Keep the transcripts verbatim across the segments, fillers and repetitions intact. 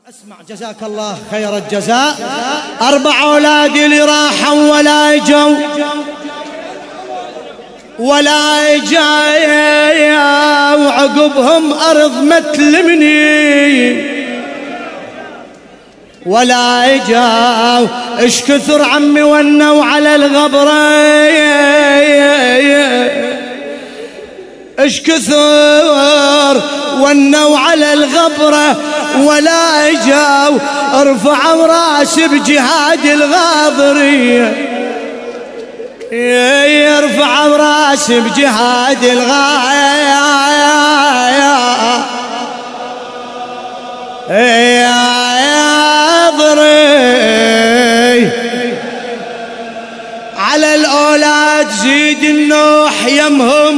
اسمع جزاك الله خير الجزاء. أربع أولادي اللي راحوا ولا اجوا ولا اجا وعقبهم أرض ما تلمني ولا اجا. اش كثر عمي ونوا على الغبرة، اش كثر ونوا على الغبرة ولا اجاو. ارفعوا راسي بجهاد الغاضرية، ارفعوا راسي بجهاد الغاضرية. على الأولاد زيد النوح يمهم،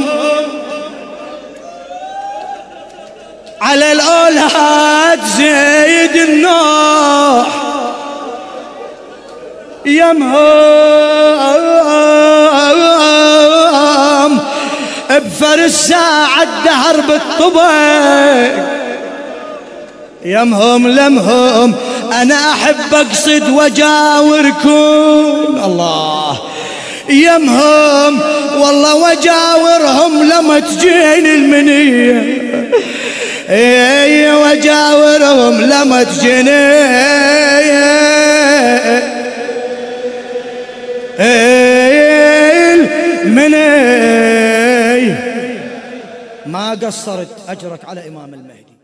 على الأولاد زيد النوح يمهم. بفرس ساعة الدهر بالطبق يمهم لمهم. أنا أحب أقصد وجاوركم الله يمهم والله وجاورهم لما تجيني المنية، اي وجاورهم لما تجيني المنية. ما قصرت، أجرك على إمام المهدي.